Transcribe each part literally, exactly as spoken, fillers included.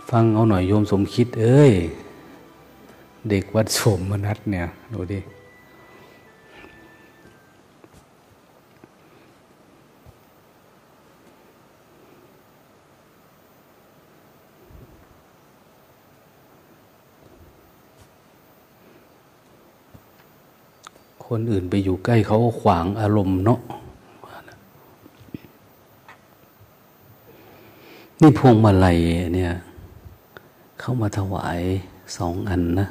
ฟังเอาหน่อยโยมสมคิดเอ้ยเด็กวัดสมนัสเนี่ยดูดิคนอื่นไปอยู่ใกล้เขาขวางอารมณ์เนาะนี่พวงมาลัยเนี่ยเข้ามาถวายสองอันนะ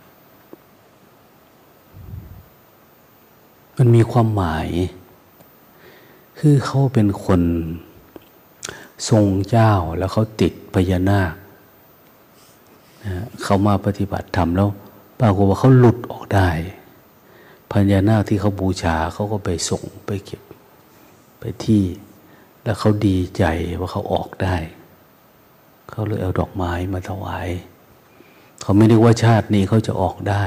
มันมีความหมายคือเขาเป็นคนทรงเจ้าแล้วเขาติดพญานาคนะเขามาปฏิบัติธรรมแล้วปรากฏว่าเขาหลุดออกได้พญานาคที่เขาบูชาเขาก็ไปส่งไปเก็บไปที่แล้วเขาดีใจว่าเขาออกได้เขาเลยเอาดอกไม้มาถวายเขาไม่ได้ว่าชาตินี้เขาจะออกได้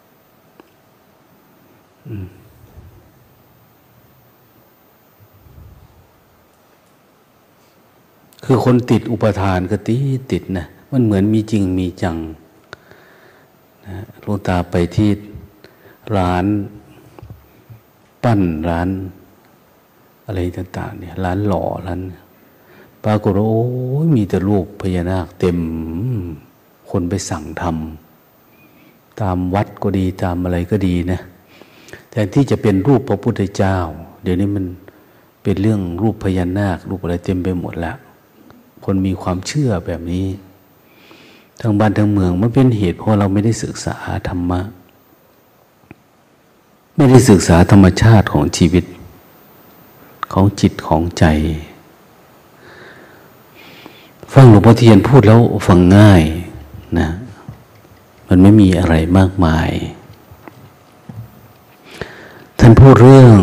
คือคนติดอุปทานก็ติดติดนะมันเหมือนมีจริงมีจังนะหลวงตาไปที่ร้านปั้นร้านอะไรต่างๆเนี่ยร้านหล่อร้านปรากฏว่าโอ้ยมีแต่รูปพญานาคเต็มคนไปสั่งทำตามวัดก็ดีตามอะไรก็ดีนะแต่ที่จะเป็นรูปพระพุทธเจ้าเดี๋ยวนี้มันเป็นเรื่องรูปพญานาครูปอะไรเต็มไปหมดแล้วคนมีความเชื่อแบบนี้ทั้งบ้านทั้งเมืองมันเป็นเหตุเพราะเราไม่ได้ศึกษาธรรมะไม่ได้ศึกษาธรรมชาติของชีวิตของจิตของใจฟังหลวงพ่อเทียนพูดแล้วฟังง่ายนะมันไม่มีอะไรมากมายท่านพูดเรื่อง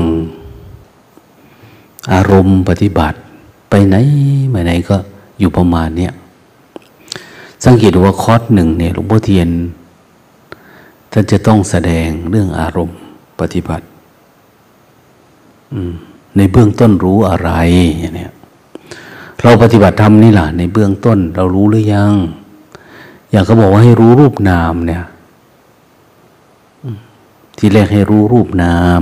อารมณ์ปฏิบัติไปไหนมาไหนก็อยู่ประมาณเนี้ยสังเกตว่าคอร์สหนึ่งเนี่ยหลวงพ่อเทียนท่านจะต้องแสดงเรื่องอารมณ์ปฏิบัติในเบื้องต้นรู้อะไรอย่างเนี้ยเราปฏิบัติธรรมนี่แหละในเบื้องต้นเรารู้หรือยังอยากเขาบอกว่าให้รู้รูปนามเนี่ยทีแรกให้รู้รูปนาม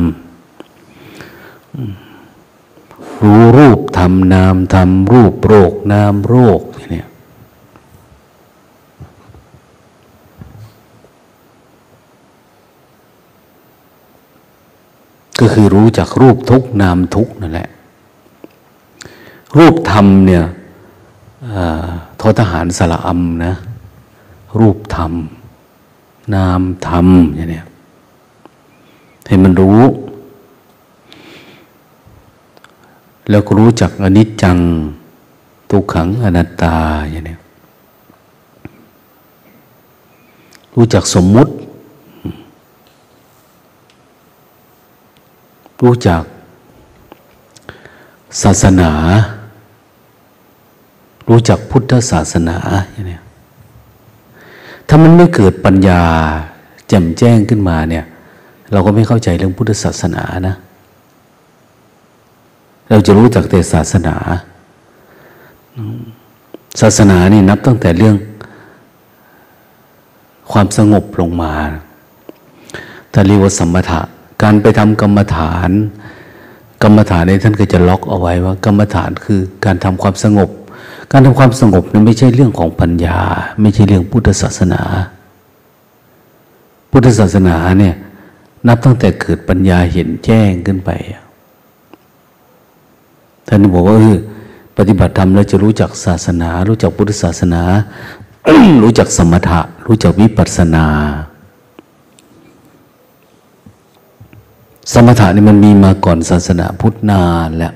รู้รูปทำนามทำรูปโรคนามโรคเนี่ยก็คือรู้จักรูปทุกนามทุกนั่นแหละรูปธรรมเนี่ยทอทหารสระอัมนะรูปธรรมนามธรรมอย่างเนี้ยให้มันรู้แล้วก็รู้จักอนิจจังทุกขังอนัตตาอย่างเนี้ยรู้จักสมมุติรู้จักศาสนารู้จักพุทธศาสนาอย่างนี้ถ้ามันไม่เกิดปัญญาแจ่มแจ้งขึ้นมาเนี่ยเราก็ไม่เข้าใจเรื่องพุทธศาสนานะเราจะรู้จักแต่ศาสนาศาสนานี่นับตั้งแต่เรื่องความสงบลงมาถ้าเรียกว่าสมถะการไปทำกรรมฐานกรรมฐานในท่านก็จะล็อกเอาไว้ว่ากรรมฐานคือการทำความสงบการทำความสงบนี่ไม่ใช่เรื่องของปัญญาไม่ใช่เรื่องพุทธศาสนาพุทธศาสนาเนี่ยนับตั้งแต่เกิดปัญญาเห็นแจ้งขึ้นไปท่านบอกว่าเออปฏิบัติธรรมแล้วจะรู้จักศาสนารู้จักพุทธศาสนา รู้จักสมถะรู้จักวิปัสสนาสมถะนี่มันมีมาก่อนศาสนาพุทธนานแล้ว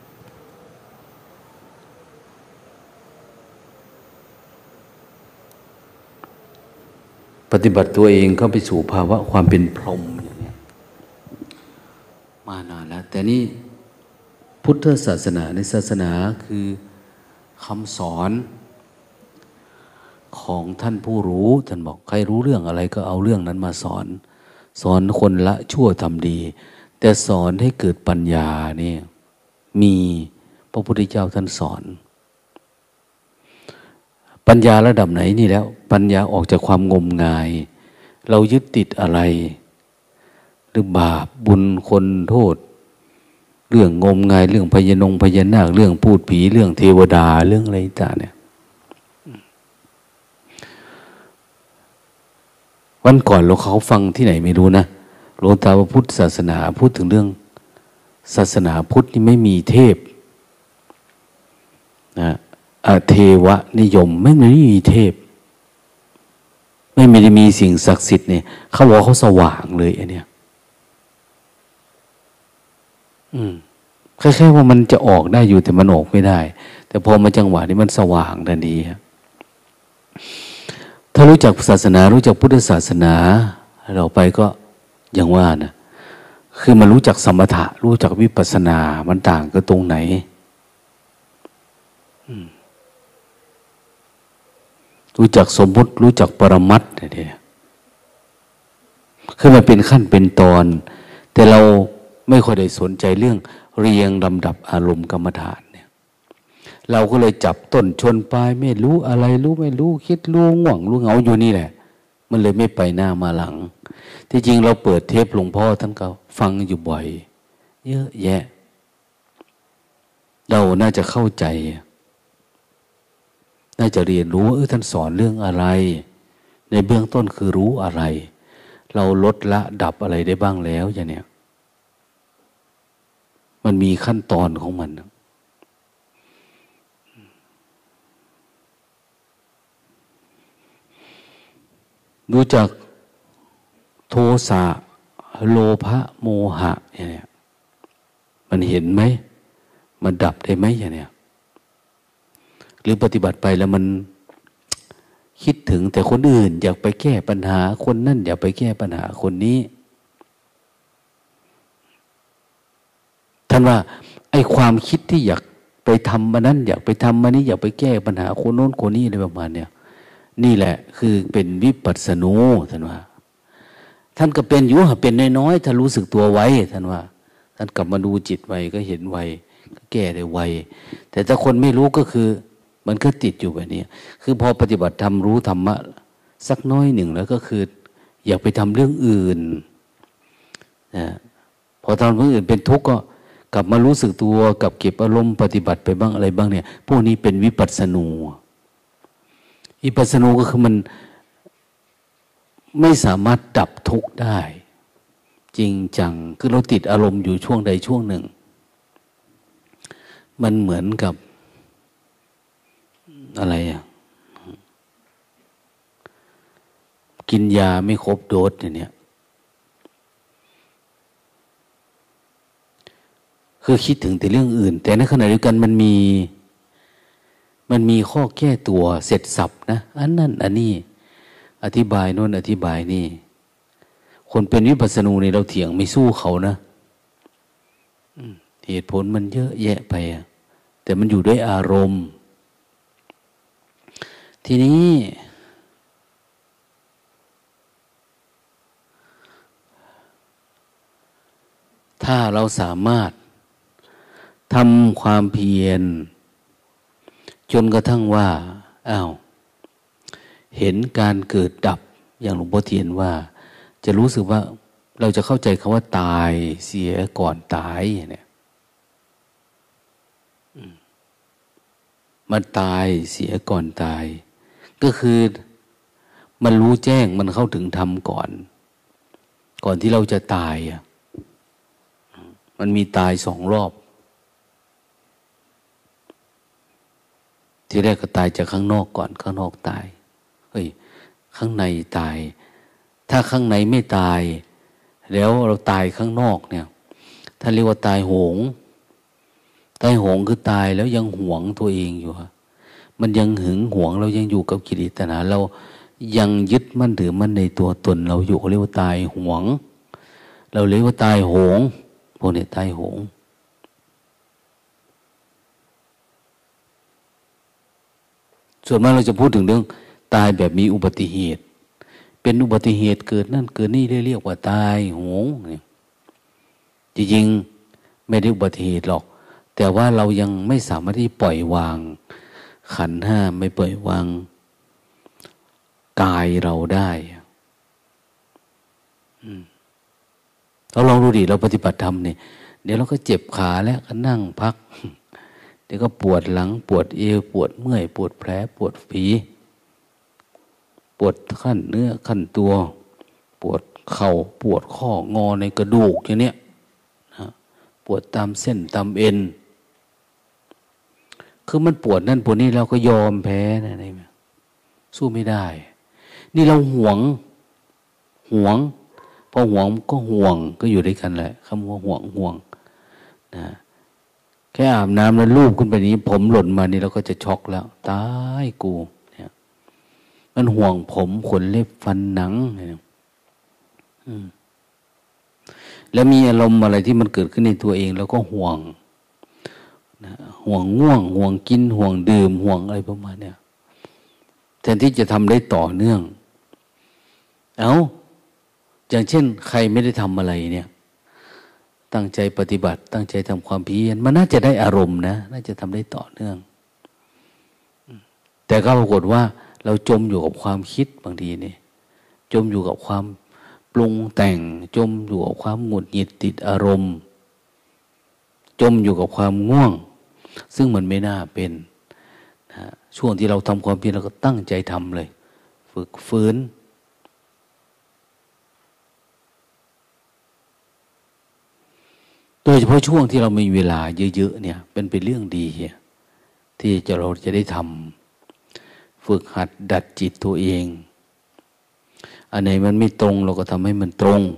ปฏิบัติตัวเองเข้าไปสู่ภาวะความเป็นพรหมอย่างนี้มานานแล้วแต่นี่พุทธศาสนาในศาสนาคือคำสอนของท่านผู้รู้ท่านบอกใครรู้เรื่องอะไรก็เอาเรื่องนั้นมาสอนสอนคนละชั่วทำดีแต่สอนให้เกิดปัญญานี่มีพระพุทธเจ้าท่านสอนปปัญญาระดับไหนนี่แล้วปัญญาออกจากความงมงายเรายึดติดอะไรหรือบาปบุญคนโทษเรื่องงมงายเรื่องพญานงพญานาคเรื่องพูดผีเรื่องเทวดาเรื่องอะไรต่างเนี่ยวันก่อนเราเขาฟังที่ไหนไม่รู้นะหลวงตาว่าพุทธศาสนาพูดถึงเรื่องศาสนาพุทธนี่ไม่มีเทพนะอาเทวนิยมไม่มีเทพไม่ได้มีสิ่งศักดิ์สิทธิ์เนี่ยเขาบอกเขาสว่างเลยอันเนี้ยอืมคล้ายๆว่ามันจะออกได้อยู่แต่มันออกไม่ได้แต่พอมาจังหวะนี้มันสว่างทันทีครับถ้ารู้จักศาสนารู้จักพุทธศาสนาเราไปก็อย่างว่านะคือมันรู้จักสมถะรู้จักวิปัสสนามันต่างกันตรงไหนรู้จักสมมุติรู้จักปรมัตถ์เนี่ยคือมันเป็นขั้นเป็นตอนแต่เราไม่ค่อยได้สนใจเรื่องเรียงลำดับอารมณ์กรรมฐานเนี่ยเราก็เลยจับต้นชนปลายไม่รู้อะไรรู้ไม่รู้คิดรู้ง่วงรู้เหงาอยู่นี่แหละมันเลยไม่ไปหน้ามาหลังที่จริงเราเปิดเทปหลวงพ่อท่านก็ฟังอยู่บ่อยเยอะแยะเราน่าจะเข้าใจน่าจะเรียนรู้ว่าเออท่านสอนเรื่องอะไรในเบื้องต้นคือรู้อะไรเราลดละดับอะไรได้บ้างแล้วอย่างเนี้ยมันมีขั้นตอนของมันรู้จักโทสะโลภะโมหะอย่างเนี้ยมันเห็นไหมมันดับได้ไหมอย่างเนี้ยหรือปฏิบัติไปแล้วมันคิดถึงแต่คนอื่นอยากไปแก้ปัญหาคนนั่นอยากไปแก้ปัญหาคนนี้ท่านว่าไอ้ความคิดที่อยากไปทำมันนั้นอยากไปทำมันนี้อยากไปแก้ปัญหาคนโน้นคนนี้อะไรประมาณเนี้ยนี่แหละคือเป็นวิปัสสนูท่านว่าท่านก็เป็นอยู่เป็นน้อยๆถ้ารู้สึกตัวไว้ท่านว่าท่านกลับมาดูจิตไวก็เห็นไวก็แก้ได้ไวแต่ถ้าคนไม่รู้ก็คือมันก็ติดอยู่แบบนี้คือพอปฏิบัติธรรมรู้ธรรมะสักน้อยหนึ่งแล้วก็คืออยากไปทำเรื่องอื่นนะพอทำเรื่องอื่นเป็นทุกข์ก็กลับมารู้สึกตัวกับเก็บอารมณ์ปฏิบัติไปบ้างอะไรบ้างเนี่ยพวกนี้เป็นวิปัสสนูวิปัสสนูก็คือมันไม่สามารถดับทุกข์ได้จริงจังคือเราติดอารมณ์อยู่ช่วงใดช่วงหนึ่งมันเหมือนกับอะไรอ่ะกินยาไม่ครบโดสเนี่ยคือคิดถึงแต่เรื่องอื่นแต่ในขณะเดียวกันมันมีมันมีข้อแก้ตัวเสร็จสับนะอันนั้นอันนี้อธิบายโน่นอธิบายนี่คนเป็นวิปัสสนูเนี่ยเราเถียงไม่สู้เขานะเหตุผลมันเยอะแยะไปแต่มันอยู่ด้วยอารมณ์ทีนี้ถ้าเราสามารถทำความเพียรจนกระทั่งว่าอ้าวเห็นการเกิดดับอย่างหลวงพ่อเทียนว่าจะรู้สึกว่าเราจะเข้าใจคำว่าตายเสียก่อนตายเนี่ยมันตายเสียก่อนตายก็คือมันรู้แจ้งมันเข้าถึงธรรมก่อนก่อนที่เราจะตายอ่ะมันมีตายสองรอบที่แรกก็ตายจากข้างนอกก่อนข้างนอกตายเฮ้ยข้างในตายถ้าข้างในไม่ตายแล้วเราตายข้างนอกเนี่ยท่านเรียกว่าตายโหงตายโหงคือตายแล้วยังหวงตัวเองอยู่มันยังหึงหวงเรายังอยู่กับกิเลสตัณหาเรายังยึดมั่นถือมั่นในตัวตนเราอยู่เรียกว่าตายหวงเราเรียกว่าตายโหงพวกนี้ตายโหงส่วนมากเราจะพูดถึงเรื่องตายแบบมีอุบัติเหตุเป็นอุบัติเหตุเกิดนั่นเกิดนี่ได้เรียกว่าตายโหงเนี่ยจริงๆไม่ได้อุบัติเหตุหรอกแต่ว่าเรายังไม่สามารถที่ปล่อยวางขันธ์ห้าไม่ปล่อยวางกายเราได้เราลองดูดิเราปฏิบัติธรรมเนี่ยเดี๋ยวเราก็เจ็บขาแล้วก็นั่งพักเดี๋ยวก็ปวดหลังปวดเอวปวดเมื่อยปวดแผลปวดฝีปวดขั้นเนื้อขั้นตัวปวดเข่าปวดข้องอในกระดูกอย่างเนี้ยนะปวดตามเส้นตามเอ็นคือมันปวดนั่นปวดนี่เราก็ยอมแพ้นะนี่สู้ไม่ได้นี่เราหวงหวงพอหวงก็ห่วงก็อยู่ด้วยกันแหละคำว่าห่วงห่วงนะแค่อาบน้ำแล้วลูบขึ้นไปนี้ผมหล่นมานี่เราก็จะช็อกแล้วตายกูเนี่ยมันห่วงผมขนเล็บฟันหนังเนี่ยแล้วมีอารมณ์อะไรที่มันเกิดขึ้นในตัวเองเราก็ห่วงนะห่วงง่วงห่วงกินห่วงดื่มห่วงอะไรประมาณเนี้ยแทนที่จะทำได้ต่อเนื่องเอาอย่างเช่นใครไม่ได้ทำอะไรเนี่ยตั้งใจปฏิบัติตั้งใจทำความเพียรมันน่าจะได้อารมณ์นะน่าจะทำได้ต่อเนื่องแต่ก็ปรากฏว่าเราจมอยู่กับความคิดบางทีนี่จมอยู่กับความปรุงแต่งจมอยู่กับความหงุดหงิดติดอารมณ์จมอยู่กับความง่วงซึ่งมันไม่น่าเป็นนะช่วงที่เราทำความเพียรเราก็ตั้งใจทำเลยฝึกฝืนโดยเฉพาะช่วงที่เรามีเวลาเยอะๆเนี่ยเป็นเป็นเรื่องดีที่จะเราจะได้ทำฝึกหัดดัดจิตตัวเองอันไหนมันไม่ตรงเราก็ทำให้มันตรง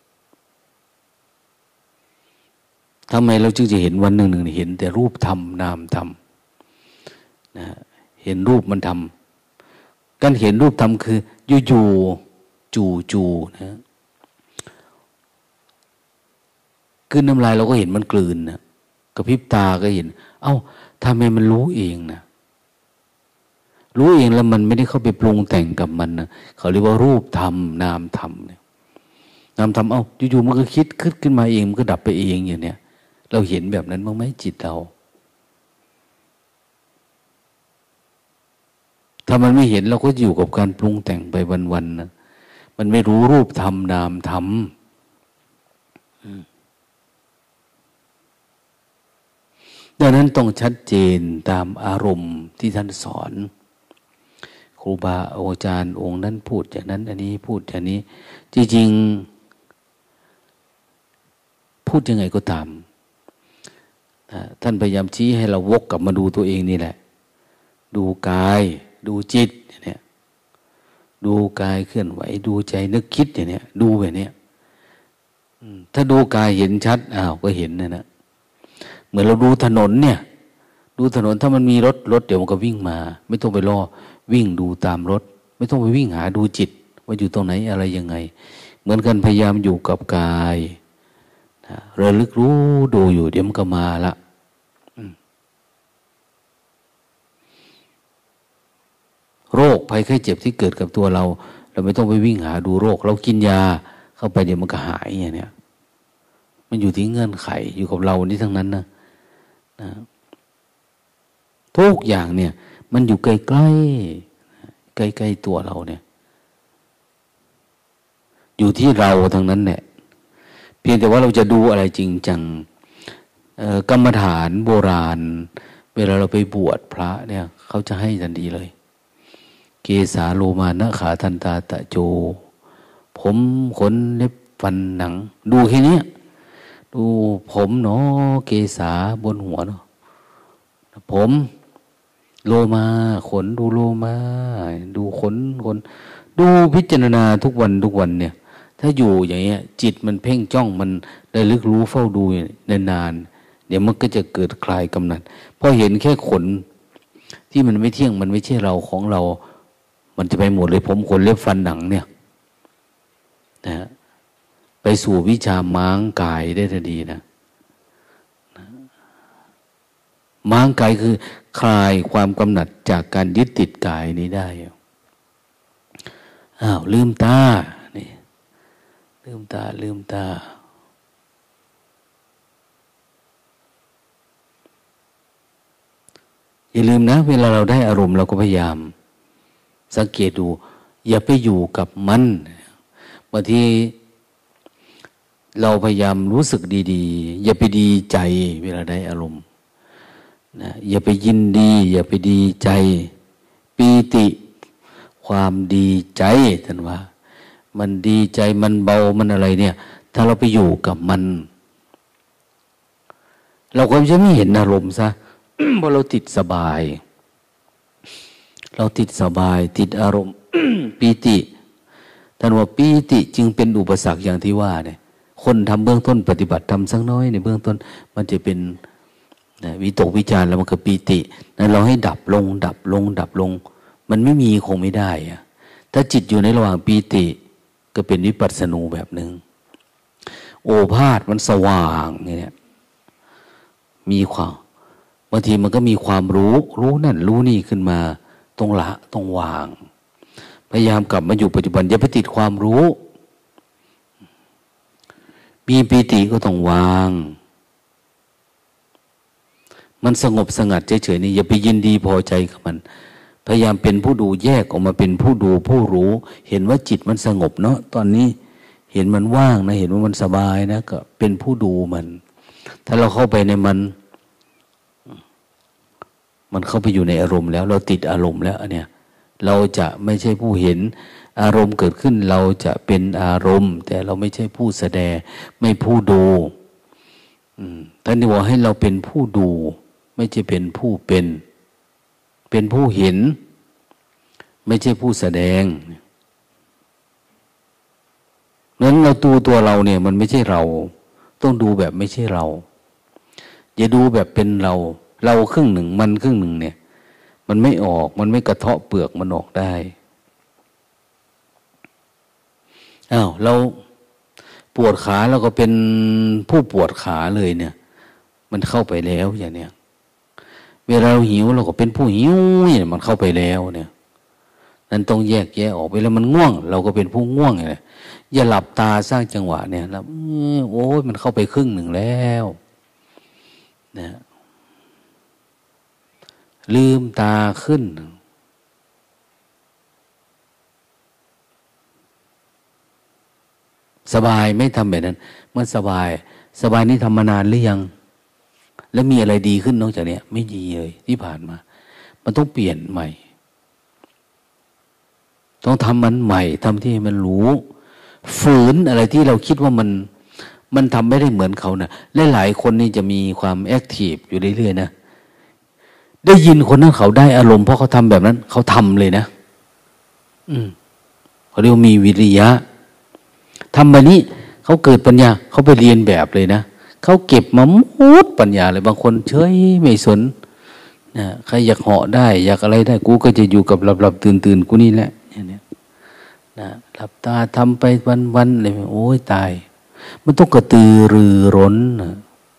ทำไมเราจึงจะเห็นวันหนึ่งหนึ่งเห็นแต่รูปธรรมนามธรรมนะเห็นรูปมันทำการเห็นรูปธรรมคืออยู่ๆจู่ๆนะกลืนน้ำลายเราก็เห็นมันกลืนนะกระพริบตาก็เห็นเอ้าทำไมมันรู้เองนะรู้เองแล้วมันไม่ได้เข้าไปปรุงแต่งกับมันนะเขาเรียกว่ารูปธรรมนามธรรมเนี่ยนามธรรมเอ้าอยู่ๆมันก็คิดขึ้นขึ้นมาเองมันก็ดับไปเองอย่างเนี้ยเราเห็นแบบนั้นบ้างไหมจิตเราถ้ามันไม่เห็นเราก็อยู่กับการปรุงแต่งไปวันๆนะมันไม่รู้รูปธรรมนามธรรมดังนั้นต้องชัดเจนตามอารมณ์ที่ท่านสอนครูบาอาจารย์องค์นั้นพูดอย่างนั้นอันนี้พูดอย่างนี้จริงๆพูดยังไงก็ตามท่านพยายามชี้ให้เราวกกลับมาดูตัวเองนี่แหละดูกายดูจิตเนี่ยดูกายเคลื่อนไหวดูใจนึกคิดอย่างเนี้ยดูแบบเนี้ยถ้าดูกายเห็นชัดอ้าวก็เห็นนะนะเหมือนเราดูถนนเนี่ยดูถนนถ้ามันมีรถรถเดี๋ยวมันก็วิ่งมาไม่ต้องไปรอวิ่งดูตามรถไม่ต้องไปวิ่งหาดูจิตว่าอยู่ตรงไหนอะไรยังไงเหมือนกันพยายามอยู่กับกายระลึกรู้ดูอยู่เดี๋ยวมันก็มาละโรคภัยไข้เจ็บที่เกิดกับตัวเราเราไม่ต้องไปวิ่งหาดูโรคเรากินยาเข้าไปเดี๋ยวมันก็หายอย่างเนี้ยมันอยู่ที่เงื่อนไขอยู่กับเรานี่ทั้งนั้นนะนะทุกอย่างเนี่ยมันอยู่ใกล้ใกล้ใกล้ใกล้ตัวเราเนี่ยอยู่ที่เราทั้งนั้นแหละเพียงแต่ว่าเราจะดูอะไรจริงจังกรรมฐานโบราณเวลาเราไปบวชพระเนี่ยเขาจะให้ทันทีเลยเกสาโลมานะขาทันตาตะโจผมขนเล็บฟันหนังดูแค่นี้ดูผมเนาะเกสาบนหัวเนาะผมโลมาขนดูโลมาดูขนขนดูพิจารณาทุกวันทุกวันเนี่ยถ้าอยู่อย่างเงี้ยจิตมันเพ่งจ้องมันได้ลึกรู้เฝ้าดูนานๆเดี๋ยวมันก็จะเกิดคลายกำหนัดพอเห็นแค่ขนที่มันไม่เที่ยงมันไม่ใช่เราของเรามันจะไปหมดเลยผมขนเล็บฟันหนังเนี่ยนะไปสู่วิชาม้างกายได้ทันทีนะม้างกายคือคลายความกำหนัดจากการยึดติดกายนี้ได้อ้าวลืมตานี่ลืมตาลืมตาอย่าลืมนะเวลาเราได้อารมณ์เราก็พยายามสังเกตดูอย่าไปอยู่กับมันบางทีเราพยายามรู้สึกดีๆอย่าไปดีใจเวลาได้อารมณ์นะอย่าไปยินดีอย่าไปดีใจปีติความดีใจท่านว่ามันดีใจมันเบามันอะไรเนี่ยถ้าเราไปอยู่กับมันเราก็จะไม่เห็นอารมณ์ซะ เพราะเราติดสบายเราติดสบายติดอารมณ์ ปีติท่านว่าปีติจึงเป็นอุปสรรคอย่างที่ว่าเนี่ยคนทำเบื้องต้นปฏิบัติทำสักน้อยในเบื้องต้นมันจะเป็นวิตกวิจารแล้วมันก็ปีตินั้นเราให้ดับลงดับลงดับลงมันไม่มีคงไม่ได้อะถ้าจิตอยู่ในระหว่างปีติก็เป็นวิปัสสนูแบบหนึ่งโอภาสมันสว่างเนี่ยมีความบางทีมันก็มีความรู้รู้นั่นรู้นี่ขึ้นมาตรงละตรงวางพยายามกลับมาอยู่ปัจจุบันอย่าไปติดความรู้มีปีติก็ต้องวางมันสงบสงัดเฉยๆนี่อย่าไปยินดีพอใจกับมันพยายามเป็นผู้ดูแยกออกมาเป็นผู้ดูผู้รู้เห็นว่าจิตมันสงบเนาะตอนนี้เห็นมันว่างนะเห็นว่ามันสบายนะก็เป็นผู้ดูมันถ้าเราเข้าไปในมันมันเข้าไปอยู่ในอารมณ์แล้วเราติดอารมณ์แล้วเนี่ยเราจะไม่ใช่ผู้เห็นอารมณ์เกิดขึ้นเราจะเป็นอารมณ์แต่เราไม่ใช่ผู้แสดงไม่ผู้ดูท่านนี่บอกให้เราเป็นผู้ดูไม่ใช่เป็นผู้เป็นเป็นผู้เห็นไม่ใช่ผู้แสดงนั้นเราดูตัวเราเนี่ยมันไม่ใช่เราต้องดูแบบไม่ใช่เราอย่าดูแบบเป็นเราเราครึ่งหนึ่งมันครึ่งหนึ่งเนี่ยมันไม่ออกมันไม่กระเทาะเปลือกมันออกได้อ้าวเราปวดขาเราก็เป็นผู้ปวดขาเลยเนี่ยมันเข้าไปแล้วอย่างเนี้ยเวลาเราหิวเราก็เป็นผู้หิวเนี่ยมันเข้าไปแล้วเนี่ยนั้นต้องแยกแยะออกไปแล้วมันง่วงเราก็เป็นผู้ง่วงเนี่ยอย่าหลับตาสร้างจังหวะเนี่ยแล้วโอ้ยมันเข้าไปครึ่งหนึ่งแล้วนะลืมตาขึ้นสบายไม่ทำแบบนั้นเมื่อสบายสบายนี่ทำมานานหรือยังแล้วมีอะไรดีขึ้นนอกจากนี้ไม่ดีเลยที่ผ่านมามันต้องเปลี่ยนใหม่ต้องทำมันใหม่ทำที่ให้มันรู้ฝืนอะไรที่เราคิดว่ามันมันทำไม่ได้เหมือนเขานะและหลายคนนี่จะมีความแอคทีฟอยู่เรื่อยๆนะได้ยินคนนั้นเขาได้อารมณ์เพราะเขาทำแบบนั้นเขาทำเลยนะอืมเขาเรียกว่ามีวิริยะทำแบบนี้เขาเกิดปัญญาเขาไปเรียนแบบเลยนะเขาเก็บมาหมดปัญญาเลยบางคนเฉยไม่สนนะใครอยากเหาะได้อยากอะไรได้กูก็จะอยู่กับหลับๆตื่นๆกูนี่แหละอย่างนี้นะหลับตาทำไปวันๆเลยโอ้ยตายมันต้องกระตือรือร้นนะ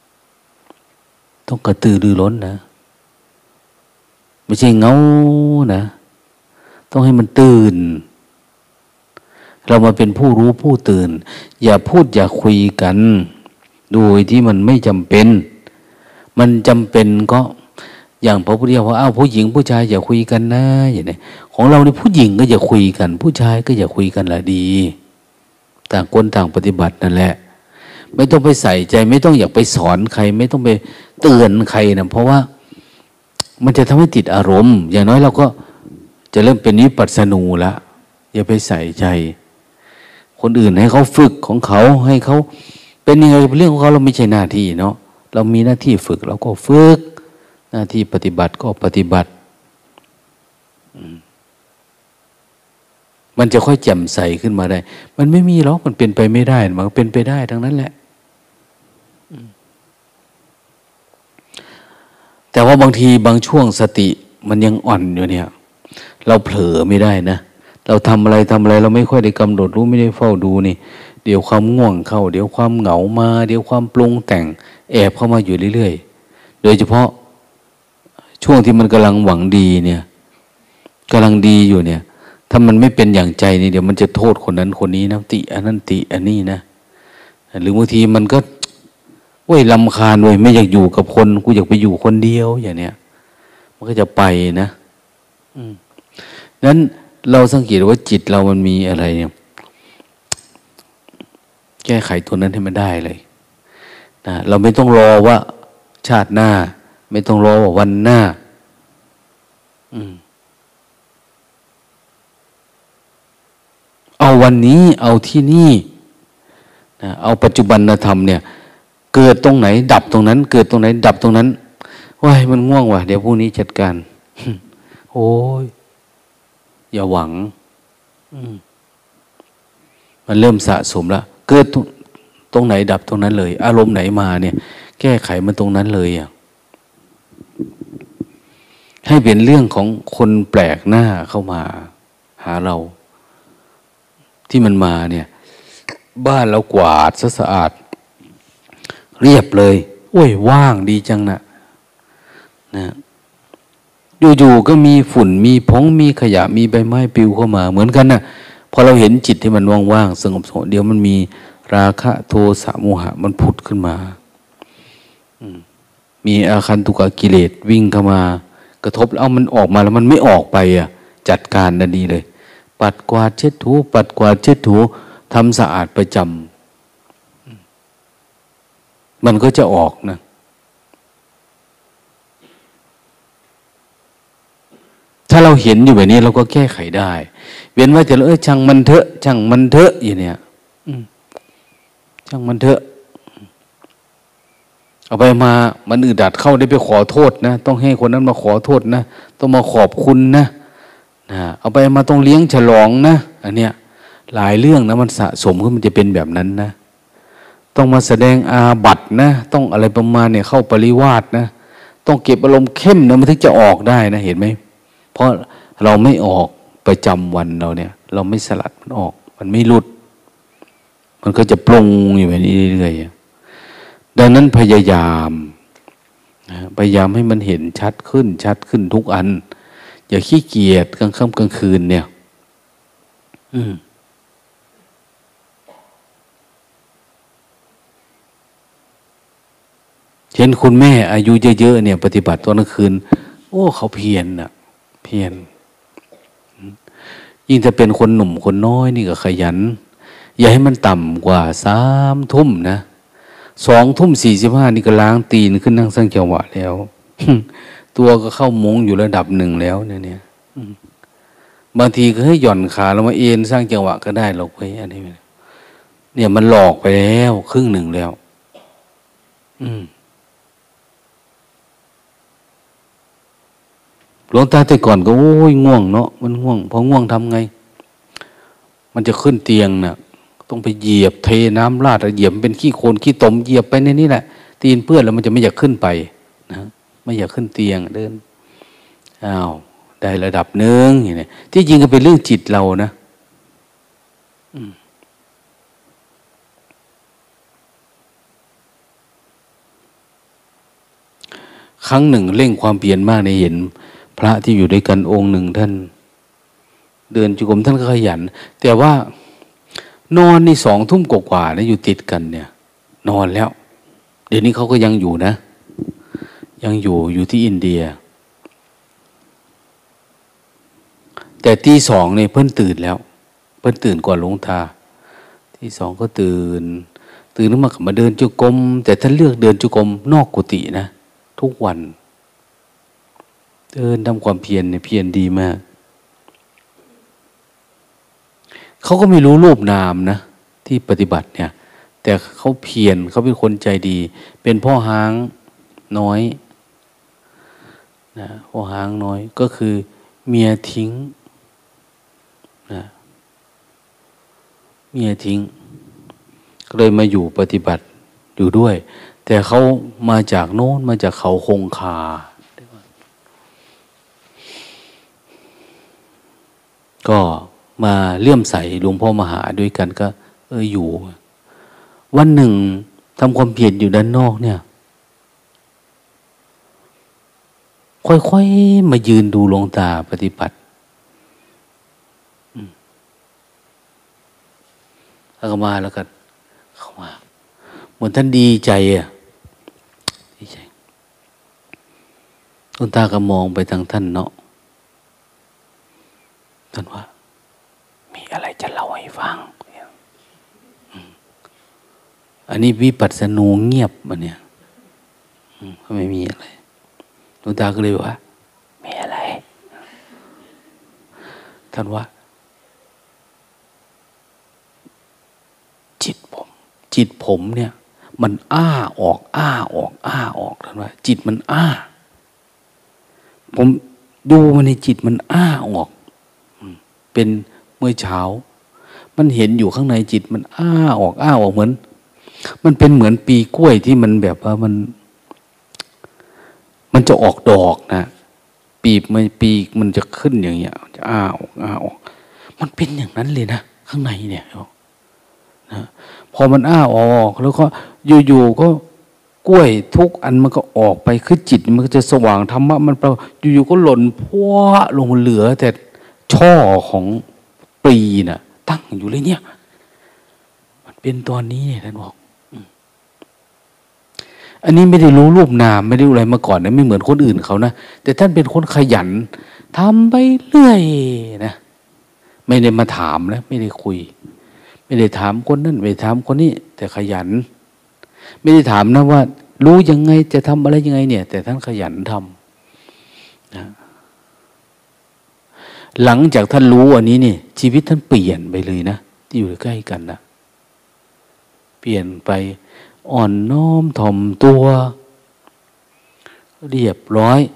ต้องกระตือรือร้นนะไม่ใช่เงานะต้องให้มันตื่นเรามาเป็นผู้รู้ผู้ตื่นอย่าพูดอย่าคุยกันโดยที่มันไม่จำเป็นมันจำเป็นก็อย่างพระพุทธเจ้าว่าอ้าวผู้หญิงผู้ชายอย่าคุยกันนะอย่างนี้ของเราในผู้หญิงก็อย่าคุยกันผู้ชายก็อย่าคุยกันละดีต่างคนต่างปฏิบัตินั่นแหละไม่ต้องไปใส่ใจไม่ต้องอยากไปสอนใครไม่ต้องไปเตือนใครนะเพราะว่ามันจะทำให้ติดอารมณ์อย่างน้อยเราก็จะเริ่มเป็นวิปัสสนูละอย่าไปใส่ใจคนอื่นให้เขาฝึกของเขาให้เขาเป็นยังไงเป็นเรื่องของเขาเราไม่ใช่หน้าที่เนาะเรามีหน้าที่ฝึกเราก็ฝึกหน้าที่ปฏิบัติก็ปฏิบัติมันจะค่อยแจ่มใสขึ้นมาได้มันไม่มีหรอกมันเป็นไปไม่ได้มันก็เป็นไปได้ทั้งนั้นแหละแต่ว่าบางทีบางช่วงสติมันยังอ่อนอยู่เนี่ยเราเผลอไม่ได้นะเราทำอะไรทำอะไรเราไม่ค่อยได้กำหนดรู้ไม่ได้เฝ้าดูนี่เดี๋ยวความง่วงเข้าเดี๋ยวความเหงามาเดี๋ยวความปรุงแต่งแอบเข้ามาอยู่เรื่อยๆโดยเฉพาะช่วงที่มันกำลังหวังดีเนี่ยกำลังดีอยู่เนี่ยถ้ามันไม่เป็นอย่างใจนี่เดี๋ยวมันจะโทษคนนั้นคนนี้นะติอันนั้นติอันนี้นะหรือบางทีมันก็โอ้ยรำคาญเว้ยไม่อยากอยู่กับคนกูอยากไปอยู่คนเดียวอย่างเนี้ยมันก็จะไปนะอืมนั้นเราสังเกตว่าจิตเรามันมีอะไรเนี่ยแก้ไขตัวนั้นให้มันได้เลยนะเราไม่ต้องรอว่าชาติหน้าไม่ต้องรอว่าวันหน้าอืมเอาวันนี้เอาที่นี่นะเอาปัจจุบันธรรมเนี่ยเกิดตรงไหนดับตรงนั้นเกิดตรงไหนดับตรงนั้นว้ายมันง่วงว่ะเดี๋ยวพรุ่งนี้จัดการ โอ้ยอย่าหวังมันเริ่มสะสมแล้วเกิดตรงไหนดับตรงนั้นเลยอารมณ์ไหนมาเนี่ยแก้ไขมันตรงนั้นเลยอ่ะให้เป็นเรื่องของคนแปลกหน้าเข้ามาหาเราที่มันมาเนี่ยบ้านเรากวาดซะสะอาดเรียบเลยโอ้ยว่างดีจังนะนะอยู่ๆก็มีฝุ่นมีผงมีขยะมีใบไม้ปลิวเข้ามาเหมือนกันนะพอเราเห็นจิตที่มันว่างๆสงบสงบเดี๋ยวมันมีราคะโทสะโมหะมันผุดขึ้นมามีอาคันตุกะกิเลสวิ่งเข้ามากระทบแล้วเอามันออกมาแล้วมันไม่ออกไปอ่ะจัดการทันทีเลยปัดกวาดเช็ดถูปัดกวาดเช็ดถูทำสะอาดประจำมันก็จะออกนะถ้าเราเห็นอยู่แบบนี้เราก็แก้ไขได้เว้นว่าจะเออช่างมันเถอะช่างมันเถอะอย่างเนี้ยช่างมันเถอะเอาไปมามันอึดอัดเข้าได้ไปขอโทษนะต้องให้คนนั้นมาขอโทษนะต้องมาขอบคุณนะนะเอาไปมาต้องเลี้ยงฉลองนะอันเนี้ยหลายเรื่องนะมันสะสมขึ้นมันจะเป็นแบบนั้นนะต้องมาแสดงอาบัตินะต้องอะไรประมาณเนี่ยเข้าปริวาสนะต้องเก็บอารมณ์เข้มนะมันถึงจะออกได้นะเห็นไหมเพราะเราไม่ออกประจำวันเราเนี่ยเราไม่สลัดมันออกมันไม่หลุดมันก็จะปรุงอยู่แบบนี้เรื่อยๆดังนั้นพยายามนะพยายามให้มันเห็นชัดขึ้นชัดขึ้นทุกอันอย่าขี้เกียจกลางค่ำกลางคืนเนี่ยอืมเห็นคุณแม่อายุเยอะๆเนี่ยปฏิบัติตอนกลางคืนโอ้เขาเพียรน่ะเพียรยิ่งจะเป็นคนหนุ่มคนน้อยนี่ก็ขยันอย่าให้มันต่ำกว่าสามทุ่มนะสองทุ่มสี่สิบห้านี่ก็ล้างตีนขึ้นนั่งสร้างจังหวะแล้วตัวก็เข้ามุ้งอยู่ระดับหนึ่งแล้วเนี่ยเนี่ยบางทีก็ให้หย่อนขาแล้วมาเอ็นสร้างจังหวะก็ได้หรอกเว้ยอันนี้เนี่ยมันหลอกไปแล้วครึ่งหนึ่งแล้วอืมหลวงตาแต่ก่อนก็โอ้ยง่วงเนาะมันง่วงพอง่วงทำไงมันจะขึ้นเตียงน่ะต้องไปเหยียบเทน้ำราดเหยียบเป็นขี้โคลนขี้ตมเหยียบไปในนี้แหละตีนเปื้อนแล้วมันจะไม่อยากขึ้นไปนะไม่อยากขึ้นเตียงเดินอ้าวได้ระดับหนึ่งอย่างนี้ที่จริงก็เป็นเรื่องจิตเรานะครั้งหนึ่งเร่งความเพียรมากในเห็นพระที่อยู่ด้วยกันองค์หนึ่งท่านเดินจุกรมท่านก็ขยันแต่ว่านอนในสองทุ่มกว่าๆนะอยู่ติดกันเนี่ยนอนแล้วเดี๋ยวนี้เขาก็ยังอยู่นะยังอยู่อยู่ที่อินเดียแต่ตีสองเนี่ยเพิ่นตื่นแล้วเพิ่นตื่นก่อนหลวงตาตีสองก็ตื่นตื่นขึ้นมาก็มาเดินจุกรมแต่ท่านเลือกเดินจุกรมนอกกุฏินะทุกวันเดินทำความเพียรเนี่ยเพียรดีมากเขาก็ไม่รู้รูปนามนะที่ปฏิบัติเนี่ยแต่เขาเพียรเขาเป็นคนใจดีเป็นพ่อห้างน้อยนะพ่อห้างน้อยก็คือเมียทิ้งนะเมียทิ้งก็เลยมาอยู่ปฏิบัติอยู่ด้วยแต่เขามาจากโน้นมาจากเขาคงคาก็มาเลื่อมใสหลวงพ่อมหาด้วยกันก็เอออยู่วันหนึ่งทำความเพียรอยู่ด้านนอกเนี่ยค่อยๆมายืนดูหลวงตาปฏิบัติแล้วก็มาแล้วก็เข้ามาเหมือนท่านดีใจอ่ะดีใจหลวงตาก็มองไปทางท่านเนาะท่านว่านนี้วิปัสสนูเงียบมันเนี่ยไม่มีอะไรหลวงตาก็เลยว่ามีอะไรท่านว่าจิตผมจิตผมเนี่ยมันอ้าออกอ้าออกอ้าออกท่านว่าจิตมันอ้าผมดูมันในจิตมันอ้าออกเป็นเมื่อเช้ามันเห็นอยู่ข้างในจิตมันอ้าออกอ้าออกเหมือนมันเป็นเหมือนปีกล้วยที่มันแบบว่ามันมันจะออกดอกนะปีบมันปีกมันจะขึ้นอย่างเงี้ยจะอ้าออกอ้าออกมันเป็นอย่างนั้นเลยนะข้างในเนี่ยนะพอมันอ้าออกแล้วก็อยู่ๆก็กล้วยทุกอันมันก็ออกไปคือจิตมันก็จะสว่างธรรมะมันอยู่ๆก็หล่นพัวลงเหลือแต่ช่อของปลีน่ะตั้งอยู่เลยเนี่ยมันเป็นตอนนี้เนี่ยท่านบอกอันนี้ไม่ได้รู้รูปนามไม่ได้รู้อะไรมาก่อนนะไม่เหมือนคนอื่นเขานะแต่ท่านเป็นคนขยันทำไปเรื่อยนะไม่ได้มาถามนะไม่ได้คุยไม่ได้ถามคนนั้นไม่ได้ถามคนนี้แต่ขยันไม่ได้ถามนะว่ารู้ยังไงจะทำอะไรยังไงเนี่ยแต่ท่านขยันทำนะหลังจากท่านรู้อันนี้นี่ชีวิตท่านเปลี่ยนไปเลยนะที่อยู่ใกล้กันนะเปลี่ยนไปอ่อนน้อมถ่อมตัวเรียบร้อย